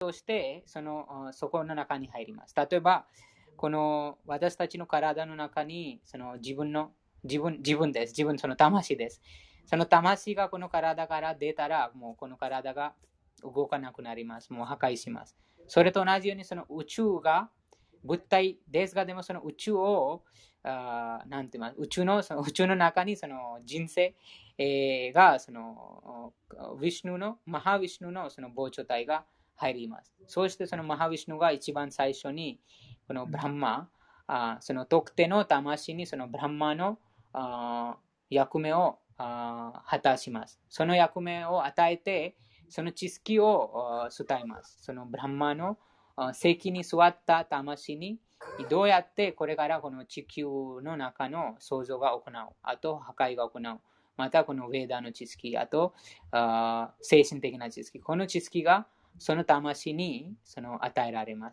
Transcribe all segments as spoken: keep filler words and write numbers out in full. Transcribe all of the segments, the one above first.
としてそのそこの中に入ります。例えば、この私たちの体の中にその自分の自分自分です。自分その魂です。その魂がこの体から出たら、もうこの体が動かなくなります。もう破壊します。それと同じようにその宇宙が物体ですが、でもその宇宙をあなんて言います宇宙のその宇宙の中にその人生、えー、がそのヴィシュヌのマハヴィシュヌのその膨張体が入ります。そしてそのマハヴィシュヌが一番最初にこのブランマ、あその特定の魂にそのブランマのあ役目をあ果たします。その役目を与えて、その知識を伝えます。そのブランマの席に座った魂にどうやってこれからこの地球の中の創造が行う、あと破壊が行う、またこのウェーダの知識、あとあ精神的な知識、この知識がその魂にその与えられます。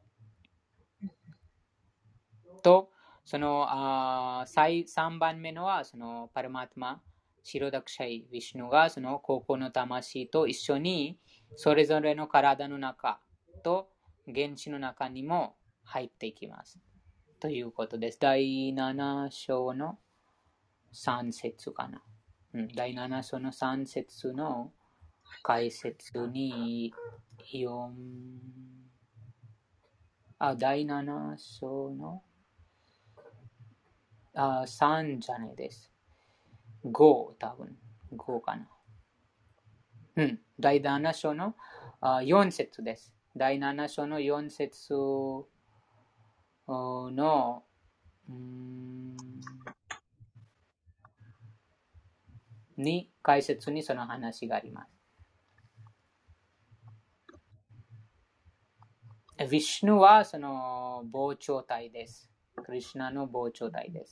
と、そのあさんばんめのはそのパラマートマ、シロダクシャイ、ヴィシュヌがその高校の魂と一緒にそれぞれの体の中と原子の中にも入っていきます。ということです。だいなな章のさん節かな。うん、だいなな章のさん節の解説によん、あ、だいなな章のあさんじゃないです。ご、多分。ごかな。うん。だいなな章のあよん節です。だいなな章のよん節の、うーんに解説にその話があります。ヴィシュヌはその膨張体です。クリシュナの膨張体です。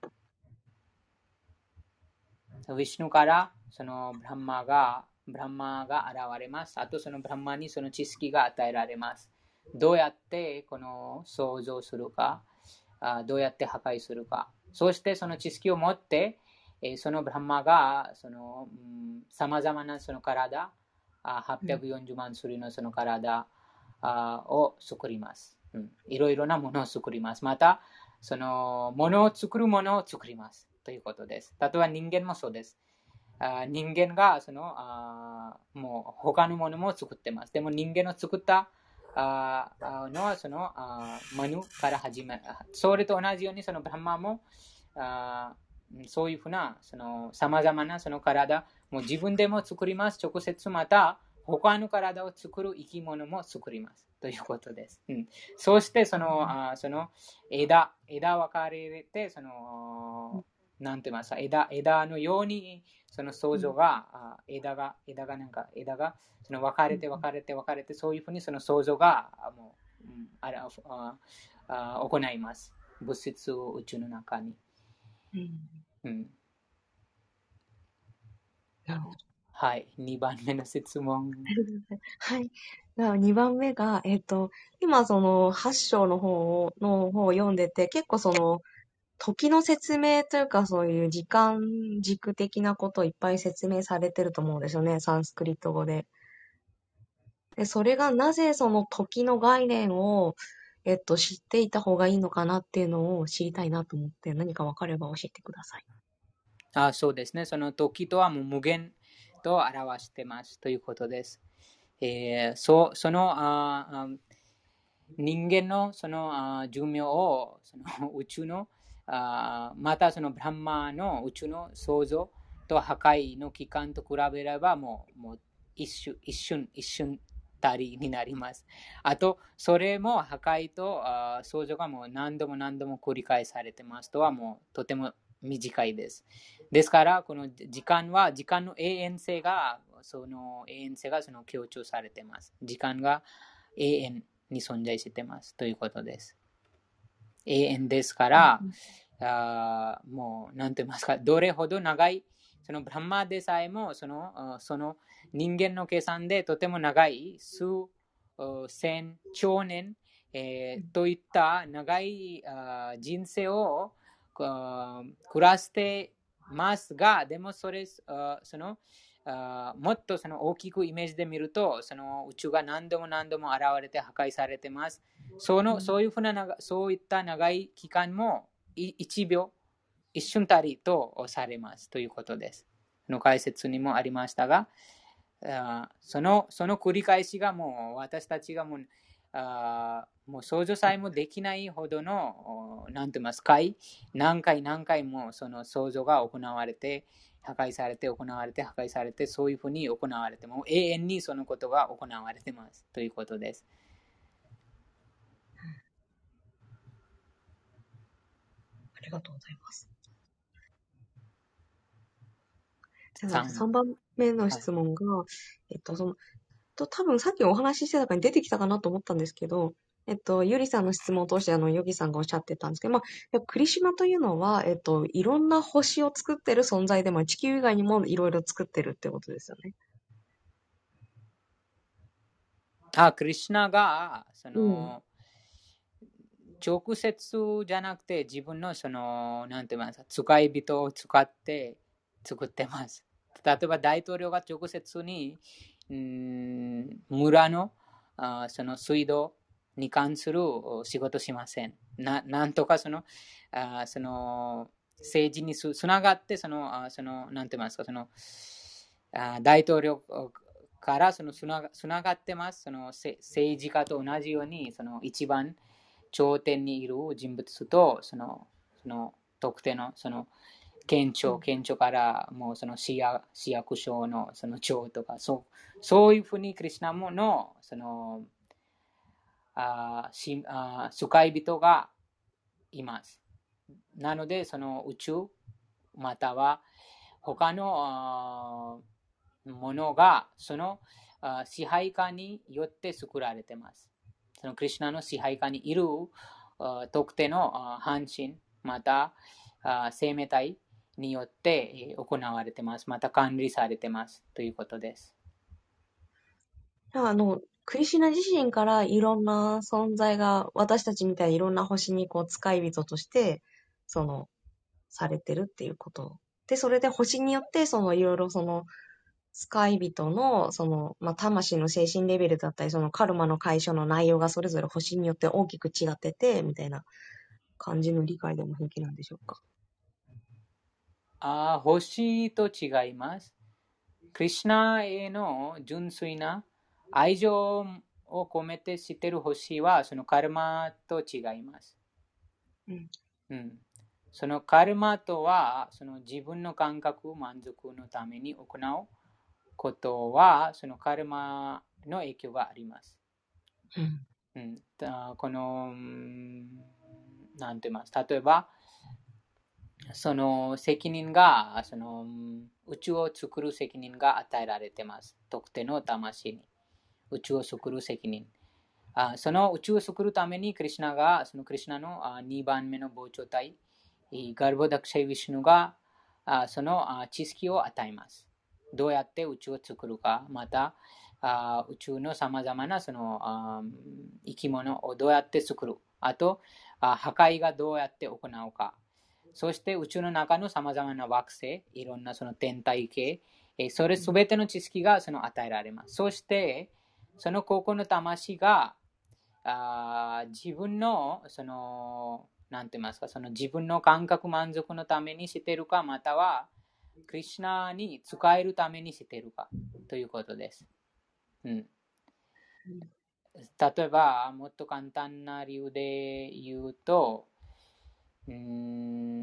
ヴィシュヌからそのブランマがブランマが現れます。あとそのブランマにその知識が与えられます。どうやってこの創造するか、どうやって破壊するか。そしてその知識を持って、そのブランマがそのさまざまなその体、はっぴゃくよんじゅうまん種類のその体を作ります。うん、いろいろなものを作ります。また、そのものを作るものを作ります。ということです。例えば人間もそうです。あ人間がそのあもう他のものも作ってます。でも人間の作ったあのはそのあマヌから始め、それと同じようにそのブランマもあそういうふうなさまざまなその体もう自分でも作ります。直接また他の体を作る生き物も作ります。ということです。うん、そしてそのあその枝、枝分かれてそのなんて言いますか、枝、枝のようにその創造が、うん、枝が、枝がなんか、枝がその分かれて分かれて分かれて、そういうふうにその創造がもう、うん、あらああ行います。物質宇宙の中に。うん。 なるほど。 はい。にばんめの質問。 はい。にばんめが、えっと、今そのはち章の方を、の方を読んでて、結構その、時の説明というか、そういう時間軸的なことをいっぱい説明されてると思うんですよね、サンスクリット語で。で、それがなぜその時の概念を、えっと、知っていた方がいいのかなっていうのを知りたいなと思って、何か分かれば教えてください。 あ、そうですね。その時とはもう無限と表してますということです。えー、そそのあ人間のその寿命をその宇宙のあまたそのブランマの宇宙の創造と破壊の期間と比べればもうもう一瞬一瞬一瞬たりになります。あとそれも破壊とあ創造がもう何度も何度も繰り返されてますとはもうとても短いです。ですからこの時間は時間の永遠性がその永遠性がその強調されています。時間が永遠に存在してますということです。永遠ですから、あもう何と言いますか、どれほど長い、そのブランマでさえもそのその人間の計算でとても長い数千兆年、えー、といった長いあ人生を暮らしてますが、でもそれそのあもっとその大きくイメージで見ると、その宇宙が何度も何度も現れて破壊されてます。そのそういうふうな長そういった長い期間もいちびょう、一瞬たりとされますということです。の解説にもありましたが、あそのその繰り返しがもう私たちがもうあもう想像さえもできないほどの何と言いますか、何回何回もその想像が行われて破壊されて行われて破壊されて、そういうふうに行われても永遠にそのことが行われてますということです。 ありがとうございます。さんばんめの質問が、はい、えっと、その、と多分さっきお話ししてたかに出てきたかなと思ったんですけど、えっと、ゆりさんの質問を通して、あの、ヨギさんがおっしゃってたんですけど、まあ、クリシュナというのは、えっと、いろんな星を作ってる存在で、まあ、地球以外にもいろいろ作ってるってことですよね。 あ、クリシュナが、その、 うん、 直接じゃなくて、自分のその、なんて言いますか、使い人を使って作ってます。例えば大統領が直接に、うん、村のあその水道に関する仕事しません。ななんとかその、あその政治につながって、その、あそのなんて言いますか、そのあ大統領からそのつながってます。その政治家と同じように、その一番頂点にいる人物と、その、その特定の、その、県庁、県庁からもうその市役市役所のその長とか、そう、そういうふうにクリシナムの、その、あしあ使い人がいます。なので、その宇宙、または他のものが、その支配下によって作られています。そのクリシュナの支配下にいる特定の半身、また生命体によって行われています。また管理されていますということです。 あの、クリシュナ自身からいろんな存在が、私たちみたいにいろんな星にこう使い人として、その、されてるっていうこと。で、それで星によって、そのいろいろその、使い人の、その、まあ、魂の精神レベルだったり、そのカルマの解消の内容がそれぞれ星によって大きく違ってて、みたいな感じの理解でも平気なんでしょうか。 あ、星と違います。クリシュナへの純粋な愛情を込めて知っている星は、そのカルマと違います。うん。うん、そのカルマとは、その自分の感覚満足のために行うことは、そのカルマの影響があります。うん。うん、この、なんて言います。例えば、その責任が、その宇宙を作る責任が与えられています。特定の魂に。宇宙を作る責任。あその宇宙を作るために、クリシュナが、そのクリシュナのにばんめの膨張体、ガルボダクシャイ・ヴィシュヌが、その知識を与えます。どうやって宇宙を作るか、また、宇宙のさまざまなその生き物をどうやって作る。あと、破壊がどうやって行うか。そして宇宙の中のさまざまな惑星、いろんなその天体系、それすべての知識がその与えられます。そして、その個々の魂があ自分のそのなんて言いますか、その自分の感覚満足のためにしているか、またはクリシュナに使えるためにしているかということです。うん、例えば、もっと簡単な理由で言うと、うーん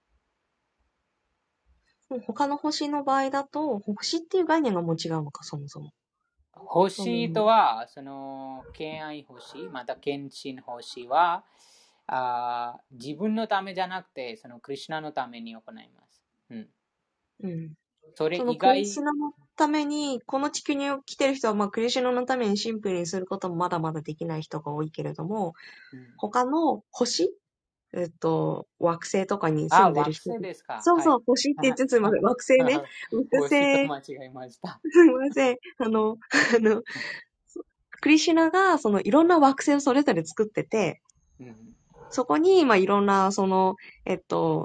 他の星の場合だと、星っていう概念がもう違うのか、そもそも。 星とは、その、敬愛星、また献身星は、あ自分のためじゃなくて、そのクリシュナのために行います。うん。 うん。 それ以外。 そのクリシュナのために、この地球に来てる人は、まあ、クリシュナのためにシンプルにすることもまだまだできない人が多いけれども、うん、他の星えっと、惑星とかに住んでる人。 あ、惑星ですか。 そうそう、はい、星って言ってすみません。惑星ね。惑星。 星と間違えました。 すみません。あの、あの、クリシュナが、その、いろんな惑星をそれぞれ作ってて、うん、そこに、まあ、いろんな、その、えっと、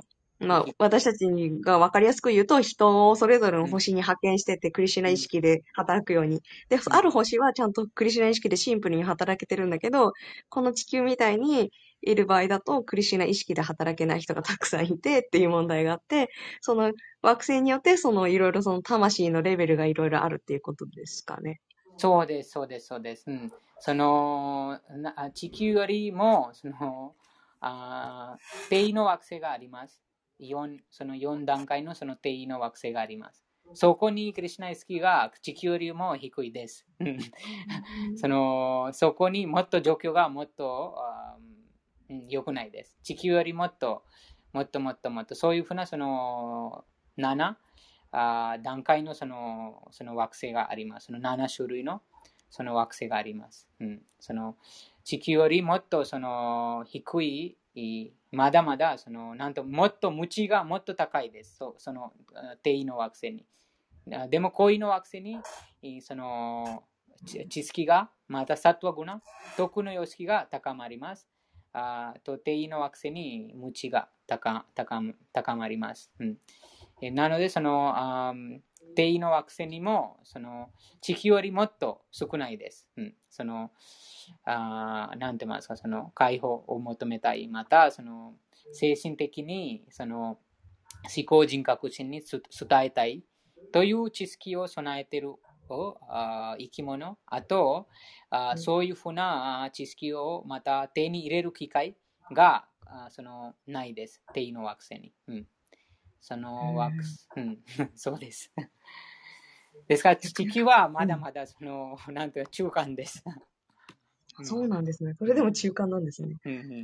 まあ、私たちが分かりやすく言うと、人をそれぞれの星に派遣してて、クリシュナ意識で働くように。で、ある星はちゃんとクリシュナ意識でシンプルに働けてるんだけど、この地球みたいにいる場合だと、クリシュナ意識で働けない人がたくさんいてっていう問題があって、その惑星によって、そのいろいろその魂のレベルがいろいろあるっていうことですかね。 そうです、そうです、そうです。うん、そのな地球よりもそのあ低の惑星があります。よんそのよん段階のその低の惑星があります。そこにクリシュナ意識が地球よりも低いです。そのそこにもっと状況がもっとあ良くないです。地球よりもっともっともっともっとそういうふうなそのななあ段階のそのその惑星があります。そのなな種類のその惑星があります。うん、その地球よりもっとその低い、まだまだそのなんともっと無知がもっと高いです。そその低位の惑星に。でも高位の惑星にその知識がまたサットワグナ、徳の様式が高まります。あと低位の惑星に無知が 高, 高, 高まります。うんなので、その、低位の惑星にも、その、地球よりもっと少ないです。うん、その、あなんて言いますか、その、解放を求めたい。また、その、精神的に、その、思考人格心に伝えたいという知識を備えている生き物、あと、あそういうふうな知識をまた手に入れる機会が、その、ないです。低位の惑星に。うんその惑星、うん、そうです。ですから、地球はまだまだその、うん、なんていうか中間です。 そうなんですね。それでも中間なんですね。 うんうんうん、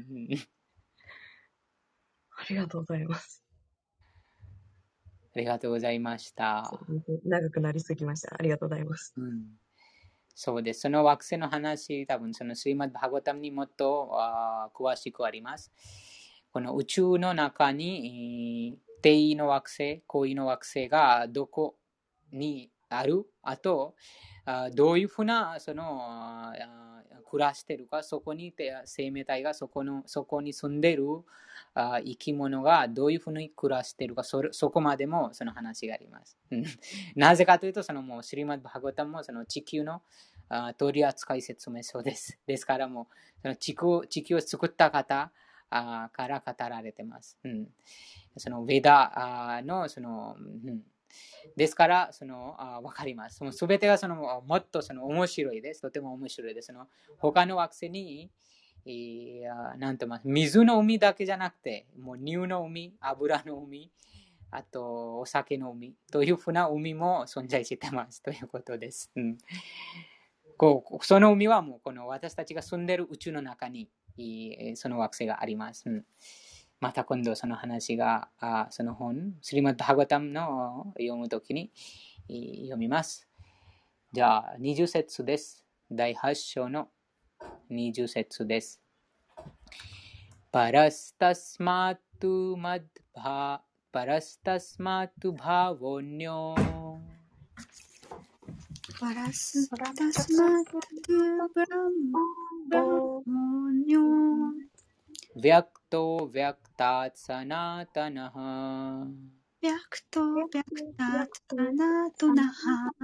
ありがとうございます。 ありがとうございました。 長くなりすぎました。ありがとうございます。 うん、そうです。その惑星の話、多分そのスリマッド・バーガタムにもっと詳しくあります。この宇宙の中に、低位の惑星、高位の惑星がどこにある、あと、どういうふうなその暮らしているか、そこに生命体がそこのそこに住んでいる生き物がどういうふうに暮らしているか、そ, そこまでもその話があります。なぜかというと、そのもうシリマッド・バーガタムもその地球の取扱説明書です。ですからもうその地球、地球を作った方から語られています。うん、そのウェダのその、うんですから、その、あ分かります。すべてがそのもっとその面白いです。とても面白いです。その他の惑星に、えー、なんとま水の海だけじゃなくて、もう乳の海、油の海、あとお酒の海というふうな海も存在してますということです。うん、こうその海はもうこの私たちが住んでいる宇宙の中にその惑星があります。うんまた今度その話が、あその本、スリマッド・ハガタムの読むときに読みます。じゃあ、にじゅう節です。だいはち章のにじゅう節です。パラスタスマトゥマッバパラスタスマトゥバヴォニョパラスタスマトゥブランボニョ व्यक्तो व्यक्तात् सनातनः व्यक्तो व्यक्तात् सनातनः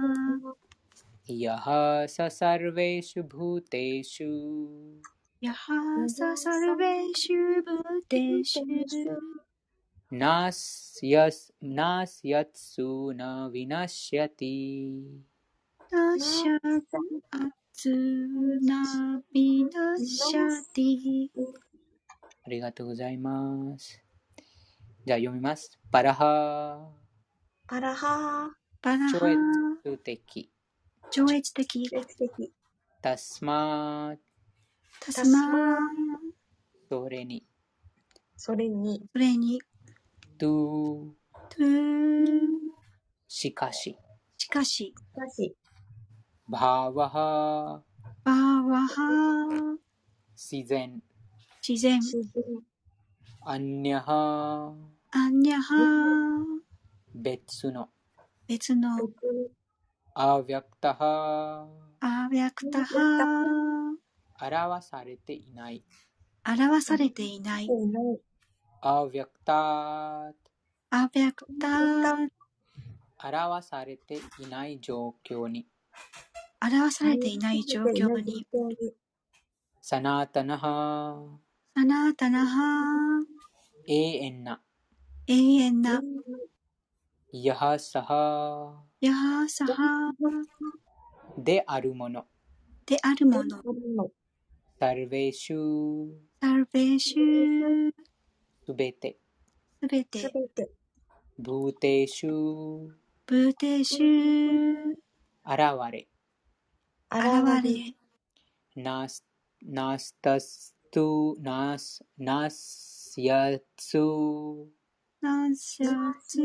यः स सर्वेषु भूतेषु यः स सर्वेषु भूतेषु नास्यत्सु न विनश्यति नास्यत्सु न विनश्यति ありがとうございます。じゃあ読みます。パラハパラハパラハ超越的超越的タスマータスマーそれにそれにそれにトゥトゥしかししかしバーワハバーワハ自然自然アンニャハアンニャハ別の別のアヴャクタハアヴャクタハ表されていない表されていないアヴャクタアベクタ、 表されていない状況に、 表されていない状況に、 サナータナハ、 サナータナハ、 永遠な、 永遠な、 ヤハサハヤハサハであるもの、 であるもの、 サルベーシュ、 サルベーシュ、 すべて、 すべて、 ブーテーシュ、 ブーテーシュ、 現れ、 現れ、 ナス、ナスタストゥ、ナス、ナスヤツ、 ナシャツ、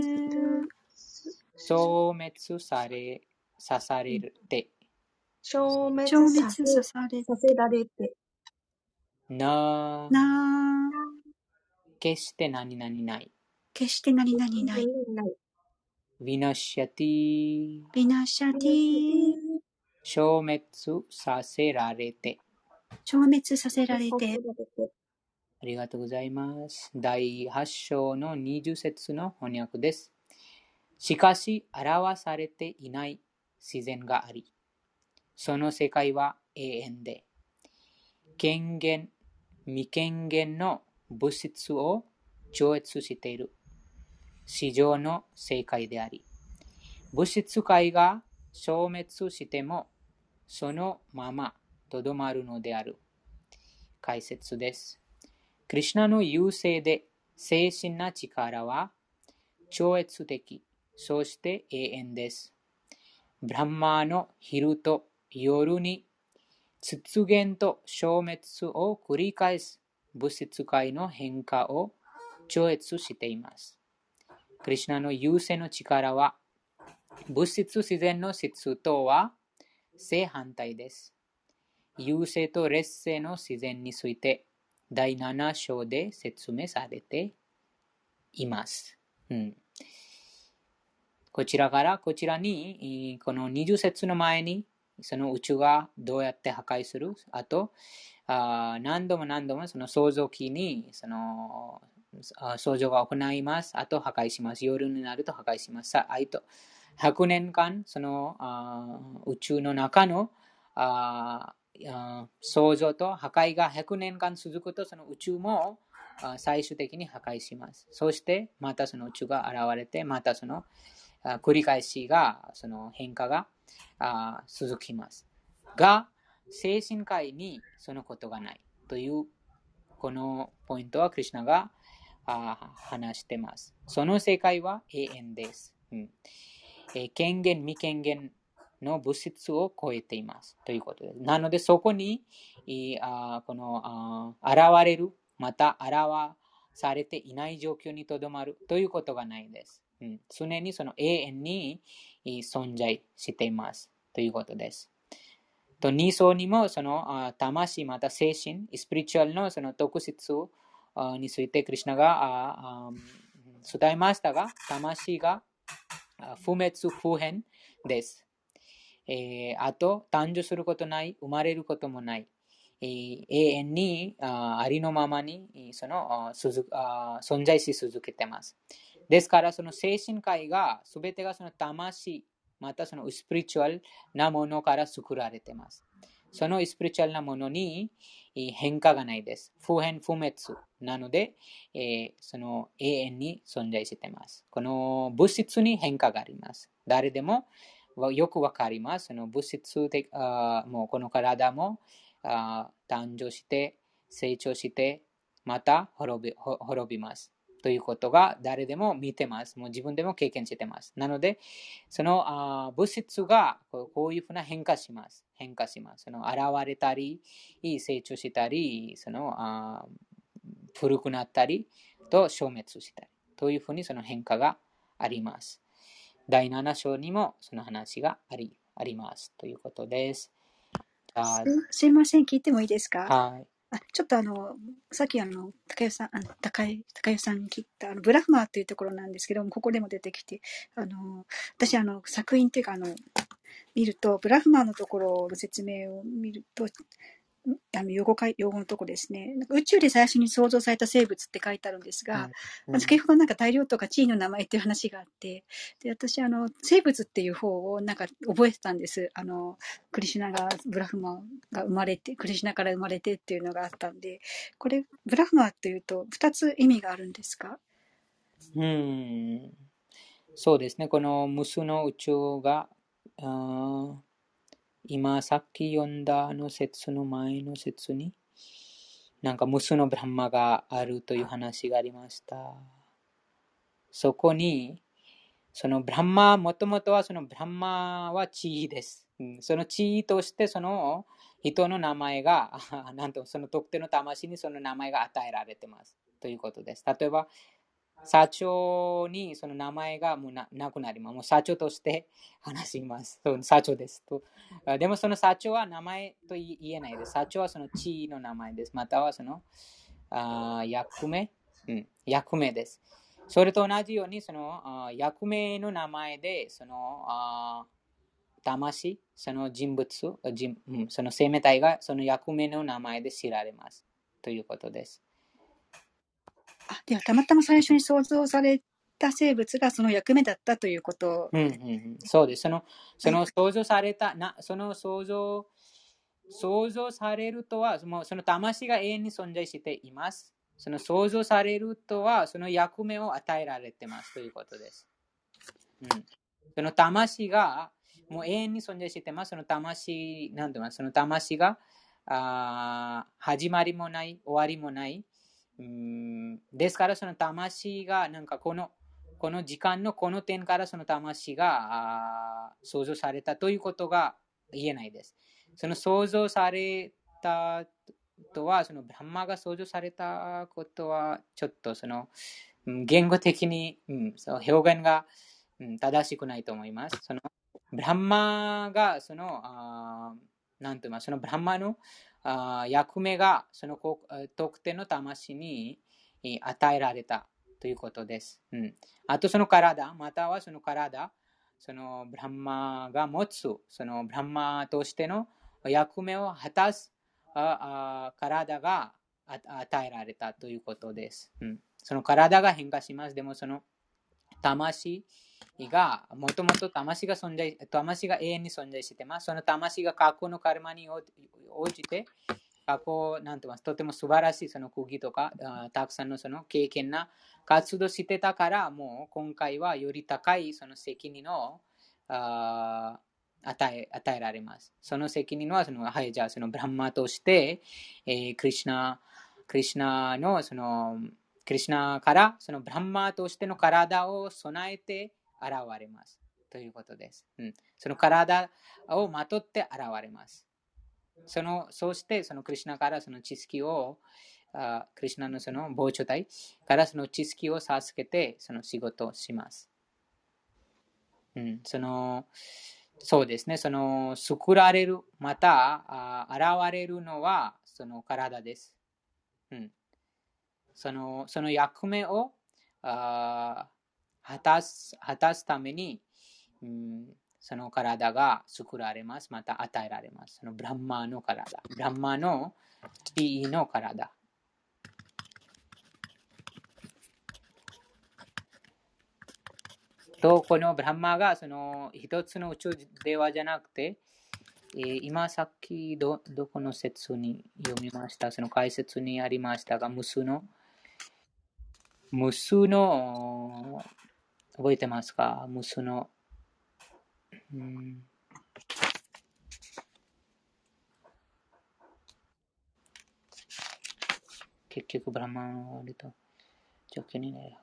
消滅され、さされるて、 消滅消させ滅さされ、 させられて、 な、 な、 決して何々ない。 決して何々ない。 ヴィナシャティ、 ビナシャティ、 消滅させられて。 消滅させられて。 ありがとうございます。だいはち章のにじゅう節の翻訳です。しかし、表されていない自然があり、その世界は永遠で、権限、未権限の物質を超越している至上の世界であり、物質界が消滅してもそのままとどまるのである。解説です。クリシュナの優勢で精神な力は超越的、そして永遠です。ブランマーの昼と夜に出現と消滅を繰り返す物質界の変化を超越しています。クリシュナの優勢の力は物質自然の質とは正反対です。優勢と劣勢の自然についてだいなな章で説明されています。うん、こちらからこちらにこのにじゅう節の前にその宇宙がどうやって破壊する、あとあ何度も何度もその創造期にその創造が行います。あと破壊します。夜になると破壊します。あとひゃくねんかんそのあ宇宙の中のあ創造と破壊がひゃくねんかん続くとその宇宙も最終的に破壊します。そしてまたその宇宙が現れてまたその繰り返しがその変化が続きますが、精神界にそのことがないというこのポイントはクリシュナが話しています。その世界は永遠です、うんえー、権限未権限の物質を超えていますということです。なのでそこにあこのあ現れるまた表されていない状況にとどまるということがないです、うん、常にその永遠に存在していますということです。とに章にもその魂また精神スピリチュアルのその特質についてクリシュナが伝えましたが、魂が不滅不変です。えー、あと誕生することない、生まれることもない、えー、永遠に あ, ありのままにそのああ存在し続けています。ですからその精神界が全てがその魂またそのスピリチュアルなものから作られています。そのスピリチュアルなものに変化がないです。不変不滅なので、えー、その永遠に存在しています。この物質に変化があります。誰でもよくわかります。その物質的あもうこの体もあ誕生して成長してまた滅び、滅びますということが誰でも見てます。もう自分でも経験してます。なのでそのあ物質がこういうふうな変化します。変化します。その現れたり成長したりそのあ古くなったりと消滅したりというふうにその変化があります。だいなな章にもその話があり、ありますということです。 す, すいません、聞いてもいいですか？ はい。 あちょっとあの、さっきあの、高代さん、あの高代高代さんに聞いたあのブラフマーというところなんですけども、ここでも出てきて、あの、私あの、作品っていうかあの、見ると、ブラフマーのところの説明を見ると、 あの用語か用語のとこですね。なんか宇宙で最初に創造された生物って書いてあるんですが、 うん。 先ほどなんか大量とか地位の名前っていう話があって、で、私あの、生物っていう方をなんか覚えてたんです。あの、クリシュナが、ブラフマが生まれて、クリシュナから生まれてっていうのがあったんで、これ、ブラフマっていうと二つ意味があるんですか？ うん。そうですね。この無数の宇宙が、あー今さっき読んだあの説の前の説に、なんか無数のブランマがあるという話がありました。そこに、そのブランマ、もともとはそのブランマは地位です。うん、その地位としてその人の名前が、なんとその特定の魂にその名前が与えられていますということです。例えば、社長にその名前がもう な, なくなります。もう社長として話します。そう社長ですと。でもその社長は名前と言えないです。社長はその地位の名前です。またはそのあ役目、うん、役目です。それと同じようにそのあ役目の名前でそのあ魂、その人物、人うん、その生命体がその役目の名前で知られますということです。 あ、ではたまたま最初に創造された生物がその役目だったということ。 うんうんうん、そうです。その、その創造された、なその創造、創造されるとは、もうその魂が永遠に存在しています。その創造されるとは、その役目を与えられていますということです。うん、その魂がもう永遠に存在しています。その魂、なんて言いますその魂があ始まりもない、終わりもない。うんですから、その魂がなんかこのこの時間のこの点からその魂が創造されたということが言えないです。その創造されたとは、そのブランマが創造されたことは、ちょっとその言語的に、うん、その表現が、うん、正しくないと思います。そのブランマがその、あなんと言いますそのブランマのあ役目がその特定の魂に与えられたということです。うん、あとその体、またはその体、そのブランマが持つ、そのブランマとしての役目を果たすああ体が与えられたということです。うん、その体が変化します。でもその魂が、もともと魂が存在、魂が永遠に存在しています。その魂が過去のカルマに応じて、過去、なんて言います、とても素晴らしいその釘とか、たくさんのその経験な活動してたから、もう今回はより高いその責任をあ与え与えられます。その責任はその、はい、じゃあそのブランマとして、えー、クリシナ、クリシナのその、クリシナからそのブランマとしての体を備えて現れますということです。うん、その体をまとって現れます。そのそしてそのクリシナからその知識を、あクリシナのその膨張体からその知識を授けてその仕事をします。うん、そのそうですね、その作られる、またあ現れるのはその体です。うん、そのその役目をあ果たす果たすために、うん、その体が作られます。また与えられます。そのブランマの体。ブランマの地位の体。と、このブランマがその一つの宇宙ではじゃなくて、えー、今さっき ど, どこの説に読みました、その解説にありましたが、無数の、無数の、覚えてますか？無数の、うん、結局ブランマのあれと、直近にね。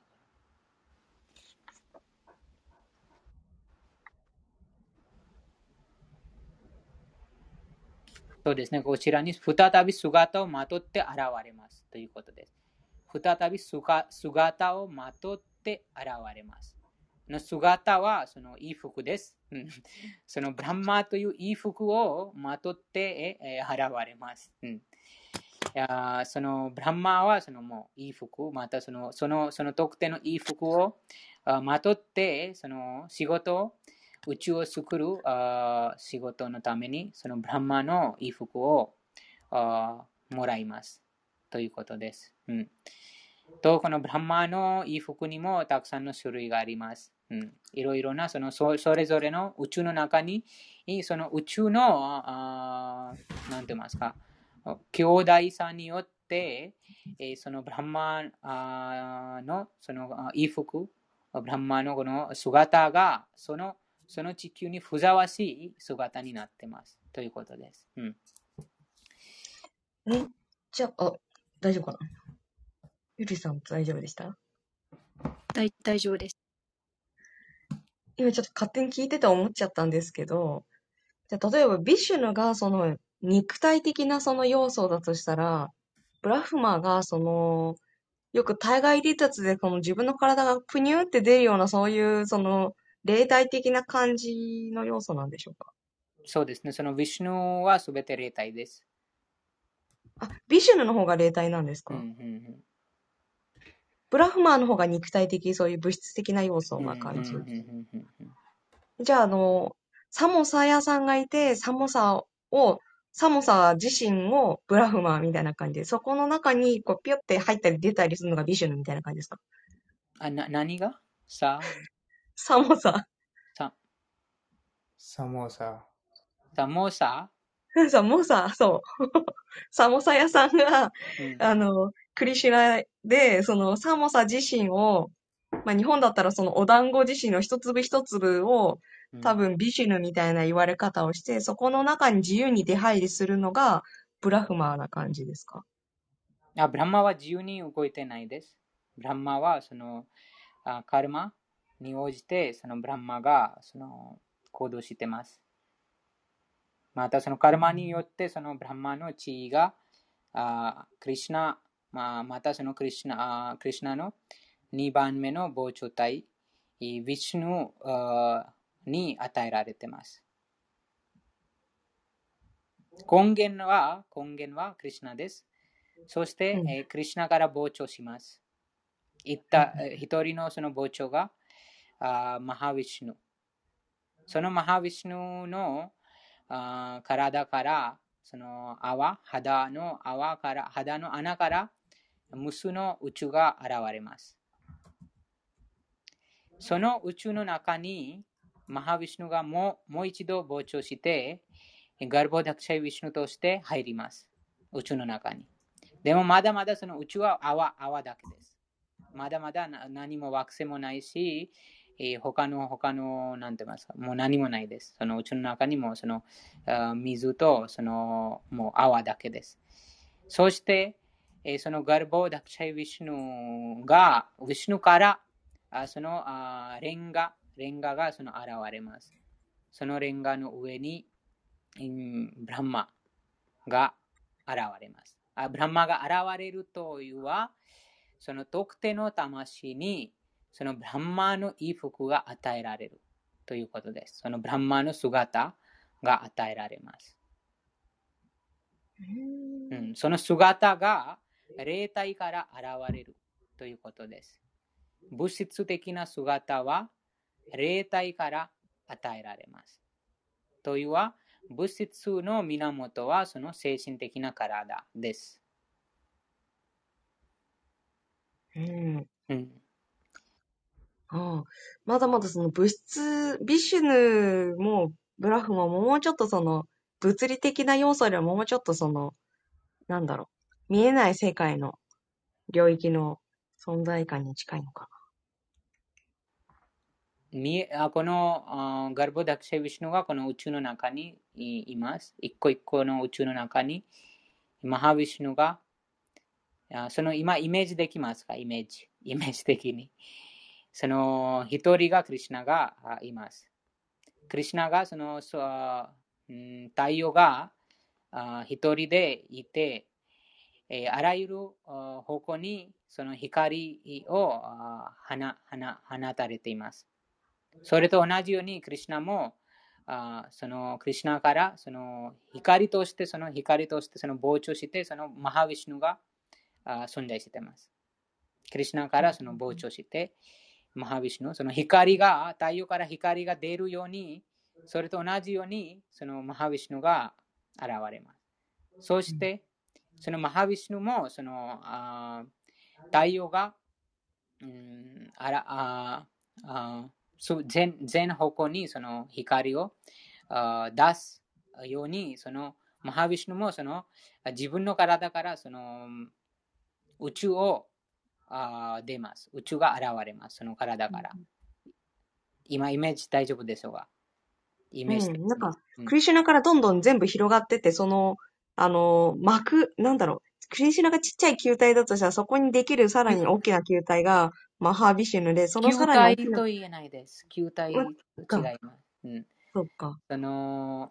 そうですね、こちらに再び姿をまとって現れますということです。再び姿をまとって現れます。の姿はその衣服です。そのブランマという衣服をまとって現れます。うん、いやそのブランマはそのもう衣服、またそのそのその特定の衣服をまとってその仕事を宇宙を作る仕事のためにそのブランマの衣服をあもらいますということです。うん、と、このブラハマの衣服にもたくさんの種類があります。うん、いろいろなそのそれぞれの宇宙の中に、その宇宙の、あなんて言いますか、兄弟さによって、えー、そのブラハマのその衣服、ブラハマのこの姿がそのその地球にふさわしい姿になっていますということです。うん、 え、じゃあ、あ、大丈夫かな？ゆりさん大丈夫でした？ 大大丈夫です。 今ちょっと勝手に聞いてて思っちゃったんですけど、じゃあ例えばビシュヌがその肉体的なその要素だとしたら、ブラフマがその、よく体外離脱でこの自分の体がプニューって出るようなそういうその霊体的な感じの要素なんでしょうか？ そうですね。そのヴィシュヌはすべて霊体です。 あ、ビシュヌの方が霊体なんですうんうか？ んブラフマーの方が肉体的、そういう物質的な要素うんうな感じ。 んうんうんうんじゃあ、あの、サモサ屋さんがいて、サモサを、サモサ自身をブラフマーみたいな感じで、そこの中にこうピュって入ったり出たりするのがビシュヌみたいな感じですか？ あ、な、何がさ、 サモサ。 さ、 サモサ。 サモササモサ、そう。サモサ屋さんが、 うん。 あの、クリシュナで、そのサモサ自身を、まあ、日本だったらそのお団子自身の一粒一粒を多分ビシュヌみたいな言われ方をして、そこの中に自由に出入りするのがブラフマーな感じですか？ あ、ブランマは自由に動いてないです。ブランマはそのあカルマに応じてそのブランマがその行動してます。またそのカルマによってそのブランマの地位があクリシナ、まあ、またそのクリシナあクリシナのにばんめの膨張体、ヴィシュヌに与えられています。根源は、根源はクリシナです。そして、 うん。 えークリシナから膨張します。一た一人のその膨張があマハヴィシュヌ。そのマハヴィシュヌのあ体からその泡、肌の泡から、肌の穴から無数の宇宙が現れます。その宇宙の中にマハヴィシュヌがもうもう一度膨張して、ガルボダクシャイヴィシュヌとして入ります。宇宙の中に。でもまだまだその宇宙は泡、泡だけです。まだまだ何も惑星もないし、えー、他の他のなんて言いますか、もう何もないです。その宇宙の中にもその水とそのもう泡だけです。そして、えー、そのガルボダクシャイヴィシュヌがヴィシュヌからあそのあレンガ、レンガがその現れます。そのレンガの上に、うん、ブランマが現れます。あブランマが現れるというのは、その特定の魂にそのブランマの衣服が与えられるということです。そのブランマの姿が与えられます。うん、その姿が霊体から現れるということです。物質的な姿は霊体から与えられます。というは、物質の源はその精神的な体です。 うん。 うん、 ああ、まだまだその物質、ビシュヌもブラフマももうちょっとその物理的な要素よりはもうちょっとその、なんだろう、見えない世界の領域の存在感に近いのかみあこのあガルボダクシャヴィシュヌがこの宇宙の中にいます。一個一個の宇宙の中にマハヴィシュヌがあその今イメージできますか？イメージ。イメージ的に。その一人がクリシナがいます。クリシナがそのそ、うん、太陽が一人でいて、えーあらゆるあ方向にその光をあ放放放たれています。それと同じようにクリシナもあそのクリシナからその光としてその光としてその膨張してそのマハヴィシュヌがあ存在しています。クリシナからその膨張してマハヴィシュヌその光が太陽から光が出るようにそれと同じようにそのマハヴィシュヌが現れます。 そして、そのマハヴィシュヌも、そのあ太陽が、うん、あらああ全全方向にその光をあ出すように、そのマハヴィシュヌもその自分の体からその宇宙をあ出ます。宇宙が現れます。その体から。今、イメージ大丈夫でしょうか？イうメージ的ん。なんに。 か、 うん、 クリシュナからどんどん全部広がってって、その、あの、膜、なんだろう。クリシュナがちっちゃい球体だとしたら、そこにできるさらに大きな球体が、マハービシュヌで、そのさ球らに大きな、 体と言えないです。球うわ、 体そっか、 と違います。うん、 そっか。 その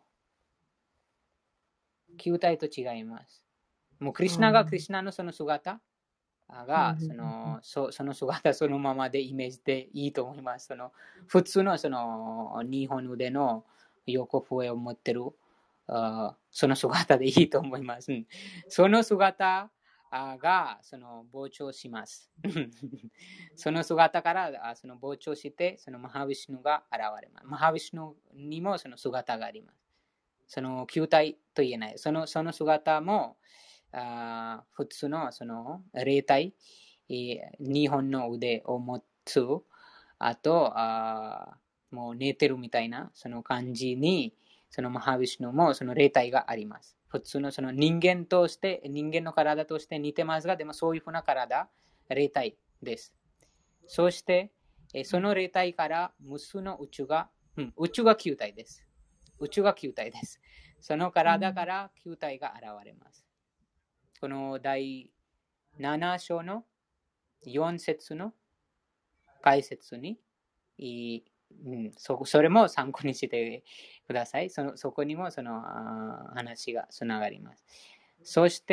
球体と違います。もうクリシュナがクリうん。 シュナのその姿うん、 がそのそその姿そのままでイメージでいいと思います。その普通のその日本腕の横笛を持ってるあその姿でいいと思います。うん、その姿がその膨張します。その姿からその膨張して、そのマハヴィシュヌが現れます。マハヴィシュヌにもその姿があります。その球体と言えない。そのその姿もあ普通のその霊体、にほんの腕を持つ、あとあもう寝てるみたいなその感じに、そのマハヴィシュヌもその霊体があります。普通のその人間として、人間の体として似てますが、でもそういうふうな体、霊体です。そして、その霊体から無数の宇宙が、うん、宇宙が球体です。宇宙が球体です。その体から球体が現れます。この第なな章のよん節の解説に、うん、そ, それも参考にしてください。そ, のそこにもその話がつながります。そして、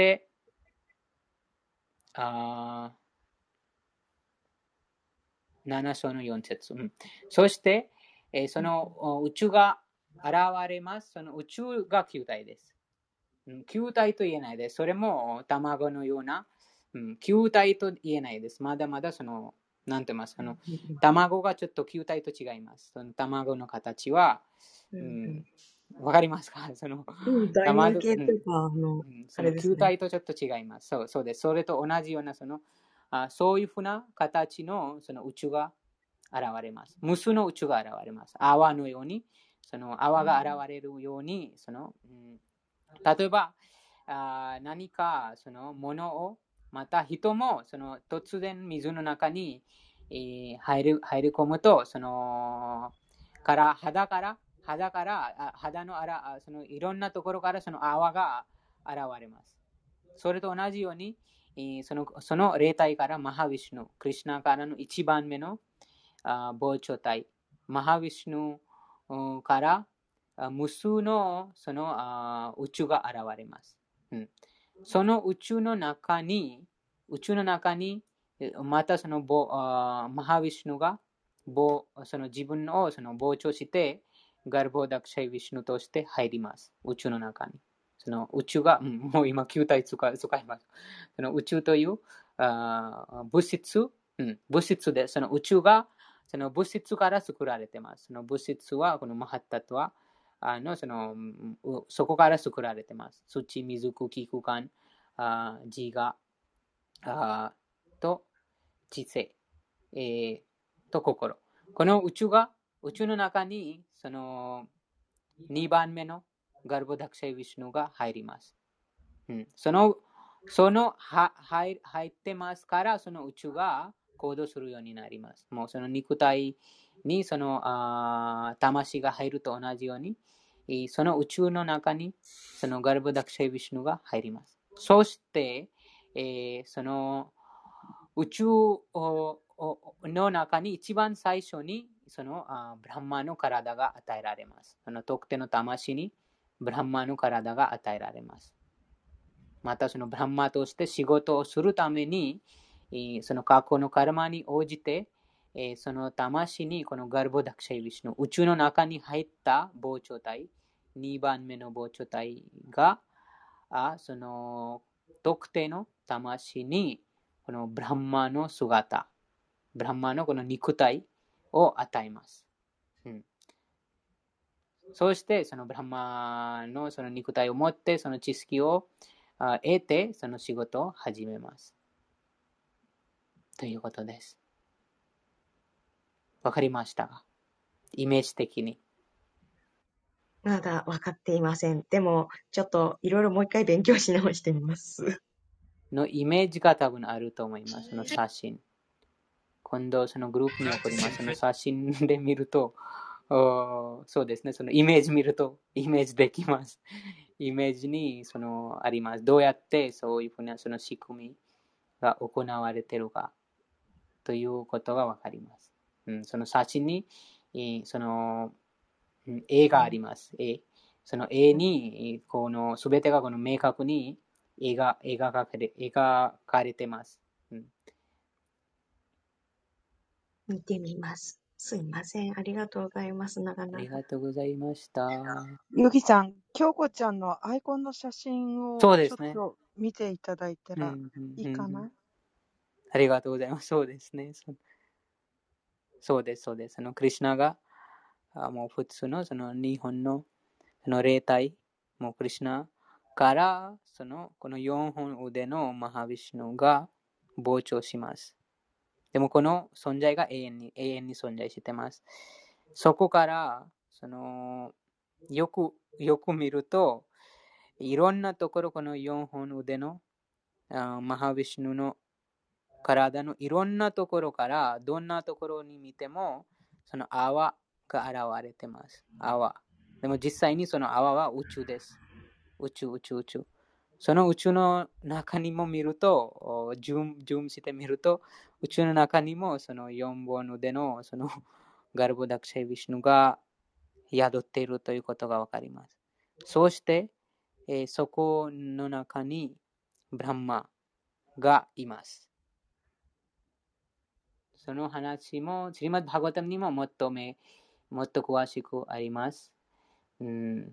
あなな章のよん節、うん、そして、えー、その宇宙が現れます。その宇宙が球体です。球体と言えないです。それも卵のような、うん、球体と言えないです。まだまだその、なんて言いますか、の卵がちょっと球体と違います。その卵の形は、うん、わかりますか？そのうん、大円卵、 形というか、あの、 うん、 あその球れですね。 体とちょっと違います。そう、そうです。それと同じような、その、あそういうふうな形のその宇宙が現れます。無数の宇宙が現れます。泡のように、その泡が現れるように、その、うん、例えば、あ何かそのものを、また人もその突然水の中に、えー、入る入り込むと、そのから肌から肌から肌のあらそのいろんなところからその泡が現れます。それと同じように、えー、そのその霊体からマハヴィシュヌ、クリシュナからの一番目のあ膨張体、マハヴィシュヌから無数のその宇宙が現れます。うん、その宇宙の中に、宇宙の中に、またそのマハヴィシュヌがその自分をその膨張して、ガルボダクシャイヴィシュヌとして入ります。宇宙の中に。その宇宙が、うん、もう今球体使います。その宇宙というあ物質、うん、物質で、その宇宙がその物質から作られています。その物質は、このマハッタトは、あのそのそこから作られています。土、水、空気、空間、あ自我あと知性、えー、と心。この宇宙が、宇宙の中にそのにばんめのガルボダクシャイヴィシュヌが入ります。うん、その、そのは入入ってますから、その宇宙が行動するようになります。もうその肉体にそのあ魂が入ると同じように、その宇宙の中にそのガルボダクシャイヴィシュヌが入ります。そして、えー、その宇宙の中に一番最初にそのブランマの体が与えられます。その特定の魂にブランマの体が与えられます。またそのブランマとして仕事をするために、その過去のカルマに応じて、その魂にこのガルボダクシャイヴィシュヌ、宇宙の中に入った膨張体、にばんめの膨張体が、その特定の魂にこのブランマの姿、ブランマのこの肉体を与えます。うん、 そうしてそのブラハマのその肉体を持ってその知識を得てその仕事を始めますということです。わかりましたか？イメージ的に。 まだ分かっていません。でも、ちょっといろいろもう一回勉強し直してみます。 のイメージが多分あると思います。その写真。今度そのグループに送ります。その写真で見ると、そうですね。そのイメージ見るとイメージできます。イメージにそのあります。どうやってそういうふうなその仕組みが行われているかということがわかります。うん、その写真にその絵があります。絵。その絵にこの全てがこの明確に絵が描かれ描かれてます。うん、 見てみます。すいません。ありがとうございます。長々。 ありがとうございました。 ゆぎさん、京子ちゃんのアイコンの写真をちょっそうですね。 と見ていただいたらうんうんいいかな、 うん、ありがとうございます。そうですね。そそうです、そうです。あのクリシュナがあもう普通のその日本のその霊体、もうクリシュナからそのこのよんほん腕のマハビシュヌが膨張します。でもこの存在が永遠に永遠に存在してます。そこからそのよくよく見るといろんなところこのよんほん腕のあマハビシュヌの体のいろんなところからどんなところに見てもその泡が現れてます。泡。でも実際にその泡は宇宙です。宇宙宇宙宇宙。その宇宙の中にも見ると、ズーム、ズームしてみると、宇宙の中にもそのよんぼん腕のそのガルボダクシャイビシュヌが宿っているということがわかります。そして、えー、そこの中にブランマがいます。その話も、シリマッド・バガバタムにももっとめ、もっと詳しくあります。うん、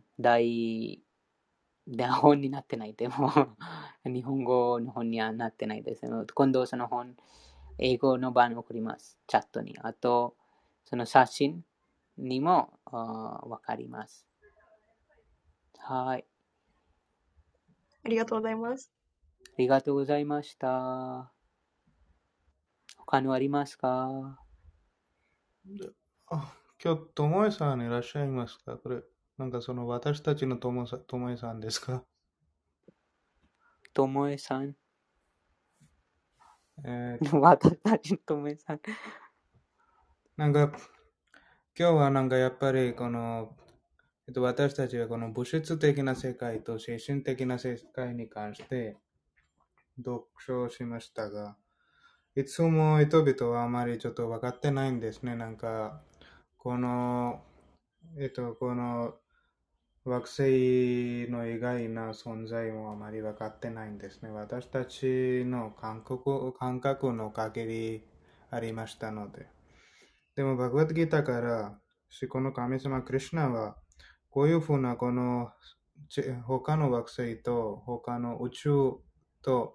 大本になってない。でも、日本語の本にはなってないです。今度その本、英語の版を送ります。チャットに。あと、その写真にもわかります。はい。 ありがとうございます。 ありがとうございました。他のありますか？ あ、今日、ともえさんいらっしゃいますか？これ、なんかその私たちのともさともえさんですか？ ともえさん。 えー、 私たちのともえさん。 なんか、今日はなんかやっぱりこの、えっと、私たちはこの物質的な世界と精神的な世界に関して読書しましたが、いつも人々はあまりちょっと分かってないんですね。なんか、この、えっと、この惑星の意外な存在もあまり分かってないんですね。私たちの感覚、感覚の限りありましたので。でも、バグワッドギータから、この神様クリシュナは、こういうふうなこの他の惑星と他の宇宙と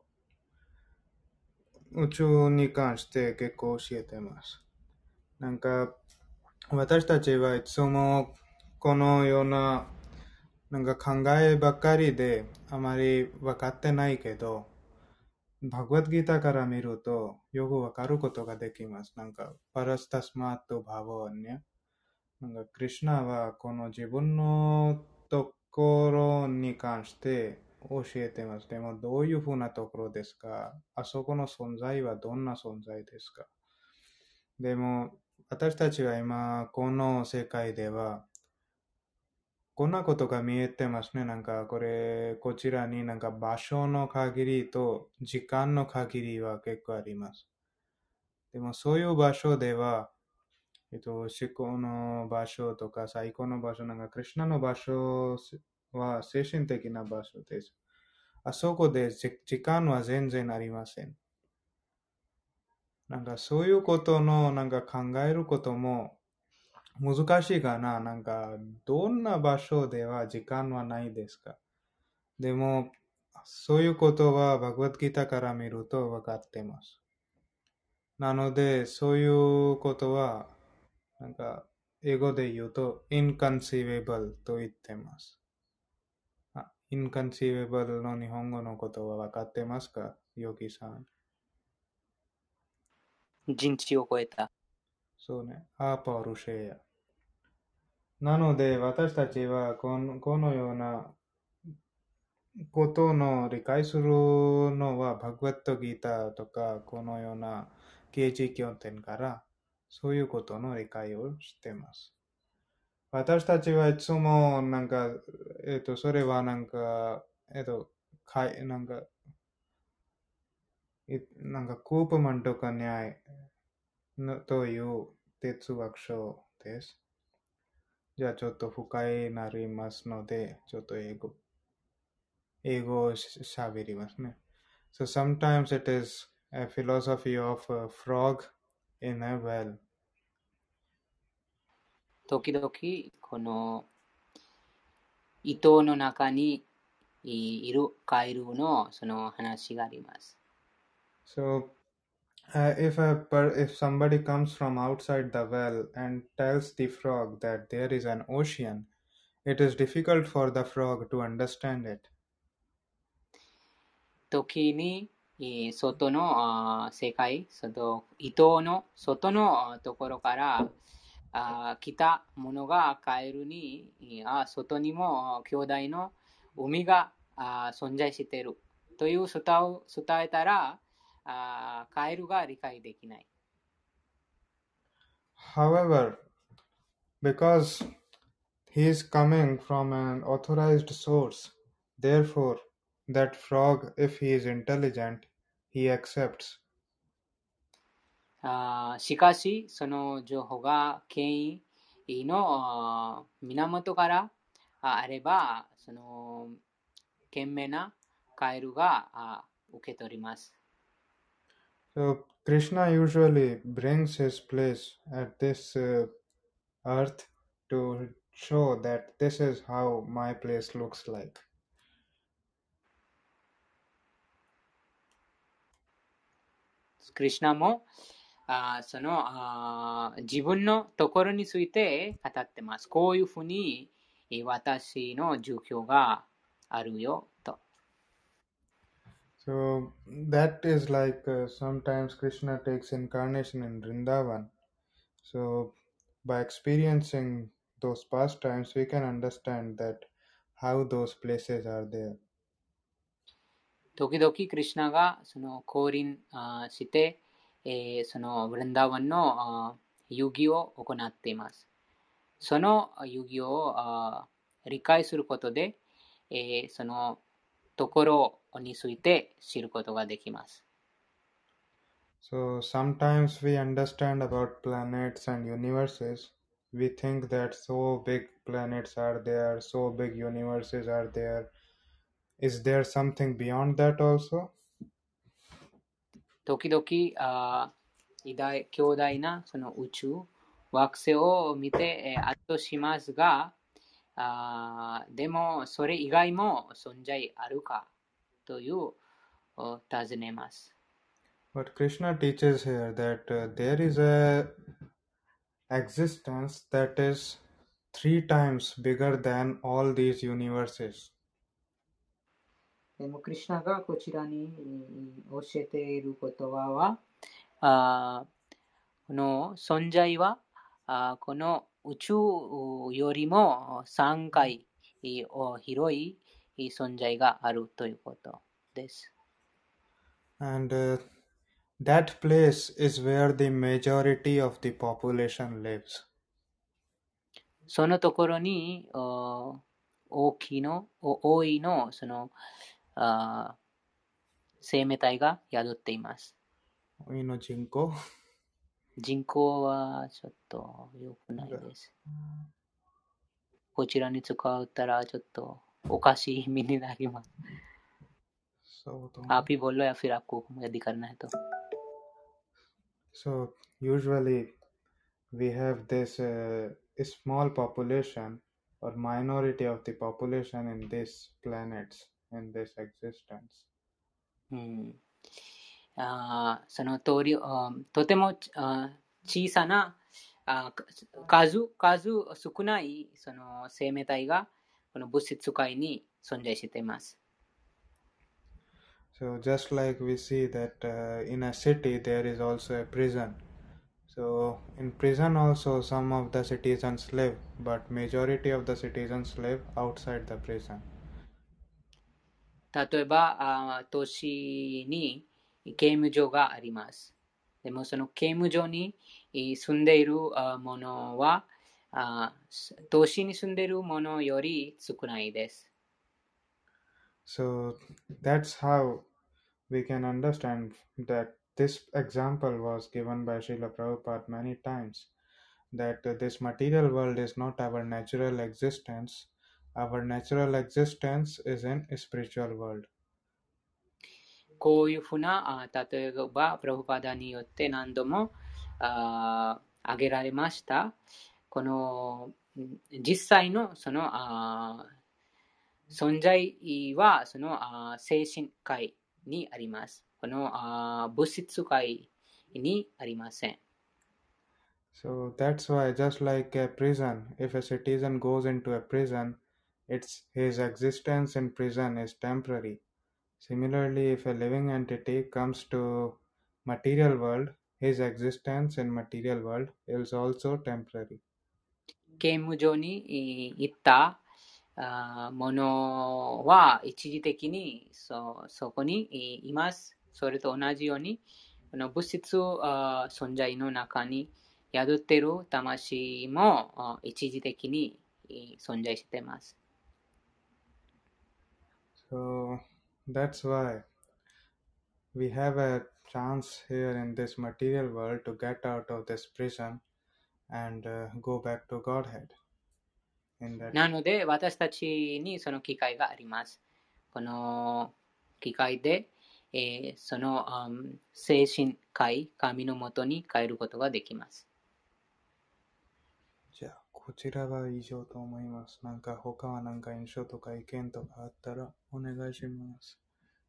宇宙に関して結構教えてます。なんか私たちはいつもこのようななんか考えばかりであまり分かってないけど、バグワッドギータから見るとよく分かることができます。なんかパラスタスマートバーボーニャ。なんかクリシュナはこの自分のところに関して教えてます。でもどういうふうなところですか？あそこの存在はどんな存在ですか？でも私たちは今この世界ではこんなことが見えてますね。なんかこれこちらになんか場所の限りと時間の限りは結構あります。でもそういう場所ではえっと、思考の場所とか最高の場所なんか、クリシュナの場所は精神的な場所です。あそこで時間は全然ありません。なんかそういうことのなんか考えることも難しいかな。なんかどんな場所では時間はないですか？でもそういうことはバグワッドギータから見ると分かってます。なのでそういうことはなんか英語で言うと inconceivable と言ってます。あ、inconceivable の日本語のことは分かってますか、ヨギさん。 人知を超えた。 そうね。アパルシェヤ。なので私たちはこの、このようなことの理解するのはバグワッドギーターとかこのような啓示経典からそういうことの理解をしています。私たちはいつもなんか、えっと、それはなんか、えっと、かいなんか、いなんか、クープマンとかニャイのという哲学書です。じゃあちょっと不快になりますので、ちょっと英語、英語をしゃべりますね。So sometimes it is a philosophy of a frog in a well. 時々、この糸の中にいるカエルのその話があります。 So uh, if a per- if somebody comes from outside the well and tells the frog that there is an ocean, it is difficult for the frog to understand it. 時に、えー外のあー世界、外糸の外のあーところからあー来たものがカエルに、えーあ外にもあー兄弟の海があー存在しているという伝を伝えたらあーカエルが理解できない。 However, because he is coming from an authorized source, therefore, that frog, if he is intelligent, he accepts. あーしかし、その情報が権威のあー源からああれば、その賢明なカエルがあ受け取ります。 So Krishna usually brings his place at this uh, earth to show that this is how my place looks like. クリシュナもあそのあ自分のところについて語ってます。こういうふうに私の状況があるよと。 So that is like uh, sometimes Krishna takes incarnation in Vrindavan. So by experiencing those pastimes, we can understand that how those places are there. 時々クリシュナがその降臨あして、えーそのブランダーワンのあ遊戯を行っています。その遊戯をあ理解することで、えーそのところについて知ることができます。 So sometimes we understand about planets and universes. We think that so big planets are there, so big universes are there. Is there something beyond that also? 時々あ偉大強大なその宇宙惑星を見て、えー、圧倒しますがあでもそれ以外も存在あるかというお尋ねます。 But Krishna teaches here that uh, there is a existence that is three times bigger than all these universes. でもクリシュナがこちらにえー教えていることは、あこの存在はあこの宇宙よりもさんかい広い存在があるということです。 And uh, that place is where the majority of the population lives. そのところにお大きいの、お多いのそのあ生命体が宿っています。 You know, Jinko? 人口はちょっと良くないです。こちらに使ったらちょっとおかしい意味になります。 So, आप ही बोल लो या फिर आपको यदि करना है तो। so usually we have this uh, small population or minority of the population in these planets, in this existence. うんあその通りあとてもあ小さなあ数、数少ないその生命体がこの物質界に存在しています。 So just like we see that uh, in a city there is also a prison. So in prison also some of the citizens live, but majority of the citizens live outside the prison. 例えば、あ都市に刑務所があります。でもその刑務所に住んでいる者は、都市に住んでいる者より少ないです。 So that's how we can understand that this example was given by Srila Prabhupada many times, that uh, this material world is not our natural existence. Our natural existence is in a spiritual world. こういうふうな例えばプラブパダによって何度もあ挙げられました。この実際のそのあ存在はその精神界にあります。この物質界にありません。 So that's why, just like a prison, if a citizen goes into a prison, it's his existence in prison is temporary. Similarly, if a living entity comes to material world, his existence in material world is also temporary. 刑務所に行ったものは一時的に そ, そこにいます。それと同じように、この物質存在の中に宿っている魂も一時的に存在しています。 So that's why we have a chance here in this material world to get out of this prison and uh, go back to Godhead. なので私たちにその機会があります。この機会で、えー、その、うん、精神界、神のもとに帰ることができます。 じゃあ、こちらは以上と思います。なんか他はなんか印象とか意見とかあったらお願いします。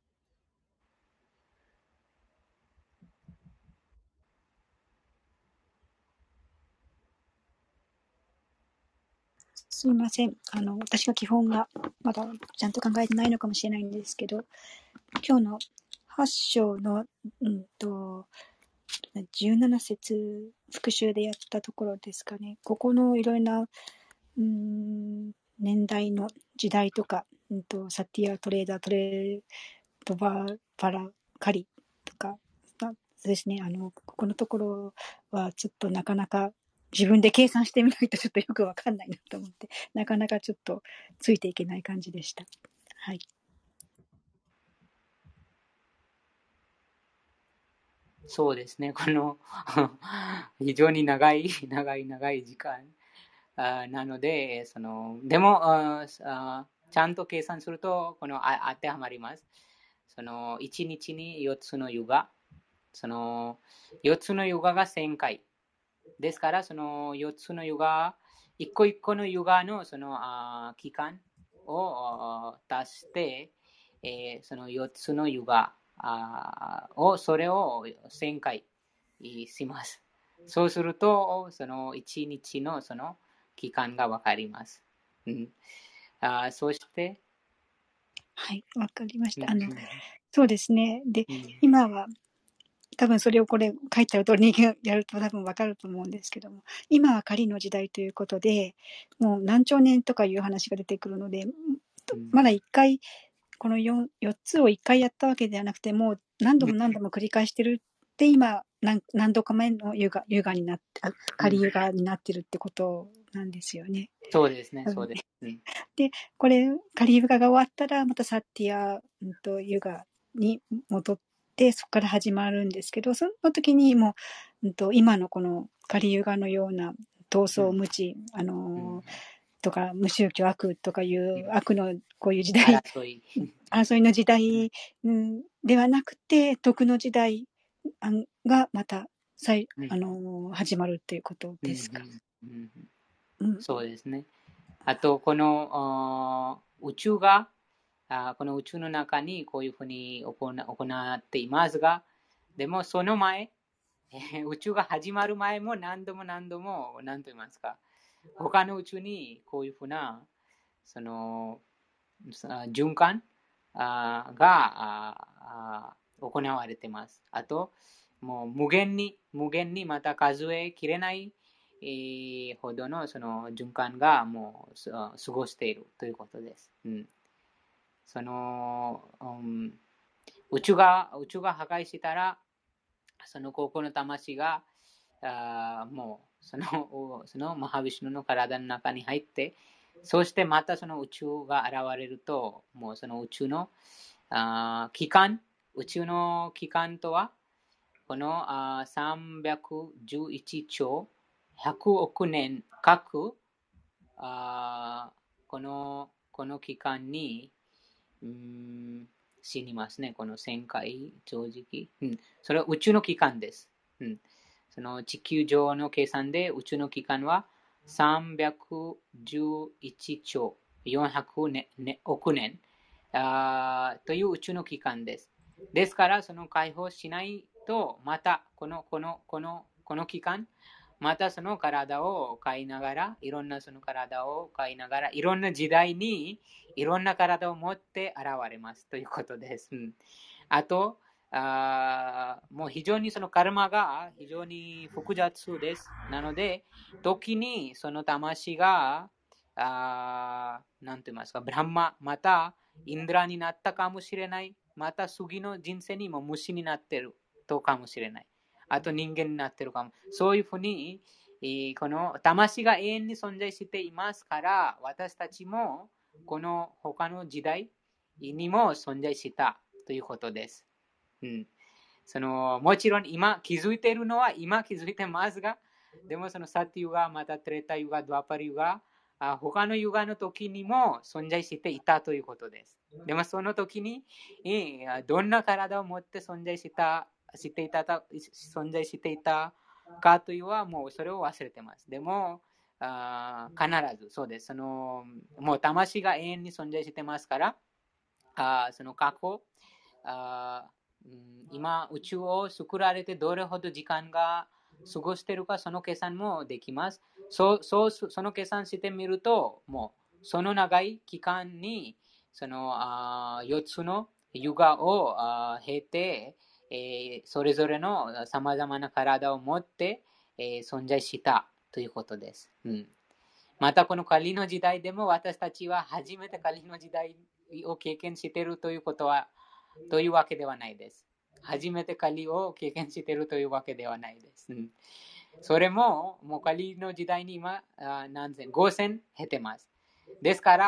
すいません。あの、私が基本がまだちゃんと考えてないのかもしれないんですけど、今日のはち章の、うんと、じゅうなな節復習でやったところですかね。ここのいろいろな、うーん、年代の時代とか、うんと、サティア、トレーダー、トレードバー、バラ、カリとか、そうですね。あの、ここのところはちょっとなかなか自分で計算してみないとちょっとよくわかんないなと思って、なかなかちょっとついていけない感じでした。はい。 そうですね。この非常に長い長い長い時間なので、そのでもあちゃんと計算するとこのあ当てはまります。そのいちにちによっつのヨガ、そのよっつのヨガがせんかいですから、そのよっつのヨガ、一個一個のヨガのそのあ期間を足して、えー、そのよっつのヨガをそれをせんかいします。そうすると、そのいちにちのその期間がわかります。うん、あそして、 はい、わかりました。あの、そうですね。で、うん、今は、多分それをこれ書いてある通りにやると多分わかると思うんですけども、今は仮の時代ということで、もう何兆年とかいう話が出てくるので、まだ一回、この 4, 4つを一回やったわけではなくて、もう何度も何度も繰り返してるって今、何, 何度か前のユガ、ユガになって、仮ユガになってるってことなんですよね。 そうですね、そうです。うん、 で、これ、仮ユガが終わったら、またサッティア、うん、とユガに戻って、そこから始まるんですけど、その時にもう、うん、と今のこの仮ユガのような闘争無知、うん、あのー、うんとか無宗教悪とかいう悪のこういう時代争い、争いの時代、うん、ではなくて徳の時代がまた再、あのー、始まるということですか、 うんうんうん、そうですね。あとこの宇宙があこの宇宙の中にこういうふうに行っていますが、でもその前えー宇宙が始まる前も何度も何度も、何と言いますか、他の宇宙にこういうふうな、その、さ循環あーがあーあー行われています。あと、もう無限に、無限にまた数えきれない、えーほどのその循環がもうす過ごしているということです。うん、その、うん宇宙が、宇宙が破壊したら、その高校の魂が、あーもうその、そのマハビシュヌの体の中に入って、そしてまたその宇宙が現れると、もうその宇宙のあー期間、宇宙の期間とは、このあーさんびゃくじゅういちちょうひゃくおくねん各あーこのこの期間に、うーん死にますね。このせんかい長寿期、うん。それは宇宙の期間です。うん、その地球上の計算で宇宙の期間はさんびゃくじゅういちちょうよんひゃくおくねんあという宇宙の期間です。ですから、その解放しないと、またこのこのこのこの期間、またその体を飼いながら、いろんなその体を飼いながら、いろんな時代にいろんな体を持って現れますということです。うん、あと、あもう非常にそのカルマが非常に複雑です。なので、時にその魂が、あなんて言いますか、ブランマ、またインドラになったかもしれない。また次の人生にも虫になってるとかもしれない。あと人間になってるかも。そういうふうに、この魂が永遠に存在していますから、私たちもこの他の時代にも存在したということです。うん、そのもちろん今気づいているのは今気づいてますが、でもそのサティユガ、またトレタユガ、ドワパリユガ、他のユガの時にも存在していたということです。でもその時にどんな体を持って存在したしていた存在していたかというのはもうそれを忘れてます。でもあ必ずそうです。そのもう魂が永遠に存在してますから、あその過去あ今宇宙を作られてどれほど時間が過ごしているか、その計算もできます。そうそうその計算してみると、もうその長い期間にそのあよっつのユガをあ経て、えー、それぞれのさまざまな体を持って、えー、存在したということです。うん、またこのカリの時代でも私たちは初めてカリの時代を経験しているということはというわけではないです。初めてカリを経験しているというわけではないです。うん、それも、もうカリの時代に今、何千、ごせん減ってます。ですから、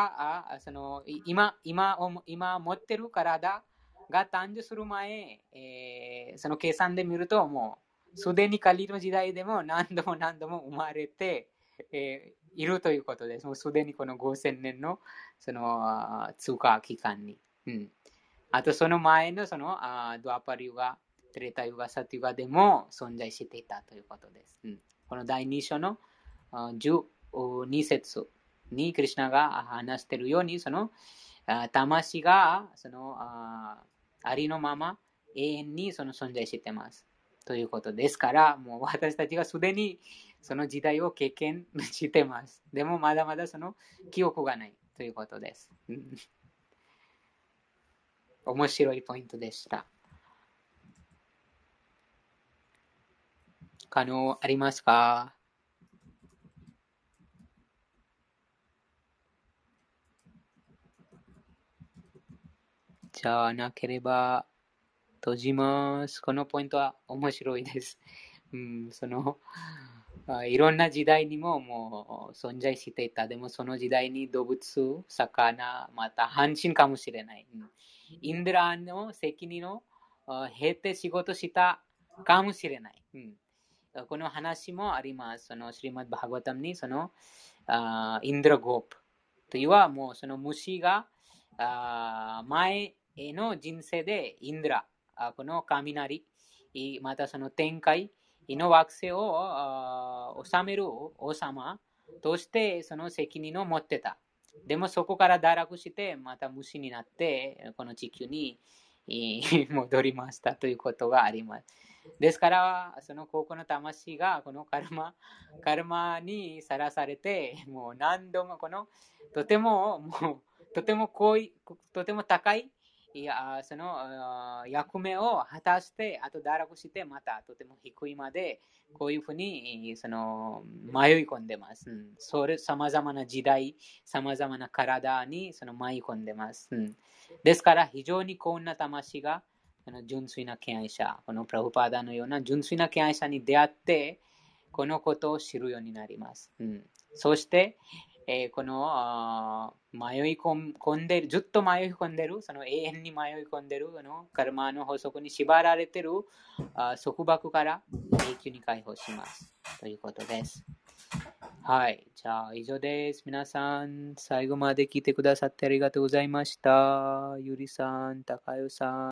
あその 今, 今, 今持っている体が誕生する前、えー、その計算で見ると、もうすでにカリの時代でも何度も何度も生まれて、えー、いるということです。もうすでにこのごせんねんのその通過期間に。うんあとその前のそのあドアパリユガ、トレタユガ、サティユガでも存在していたということです。うん、このだいに章のじゅうに節にクリシュナが話しているように、その魂がそのあありのまま永遠にその存在していますということですから、もう私たちがすでにその時代を経験しています。でもまだまだその記憶がないということです。面白いポイントでした。可能ありますか？じゃあなければ閉じます。このポイントは面白いです。うん、そのいろんな時代にももう存在していた。でもその時代に動物、魚、また半身かもしれない。うん、インドラの責任を経て仕事したかもしれない。うんこの話もあります。そのシリマッド・バーガバタムにそのあインドラゴープというはもうその虫があ前の人生でインドラ、この雷、またその天界の惑星を治める王様としてその責任を持ってた。でもそこから堕落してまた虫になってこの地球に戻りましたということがあります。 ですから、その高校の魂がこのカルマ、カルマにさらされて、もう何度もこの、とても、もう、とても濃い、とても高い、いや、その役目を果たして、あと堕落して、またとても低いまで、こういうふうにその迷い込んでます。うん、それ、さまざまな時代、さまざまな体にその迷い込んでます。うん、ですから、非常に幸運な魂が、純粋な敬愛者、このプラブパーダのような純粋な敬愛者に出会って、このことを知るようになります。うん、そして、えー、この迷い込んでいる、ずっと迷い込んでいる、その永遠に迷い込んでいる、のカルマの法則に縛られている束縛から永久に解放します。ということです。はい。じゃあ、以上です。皆さん、最後まで聞いてくださってありがとうございました。ゆりさん、たかよさん。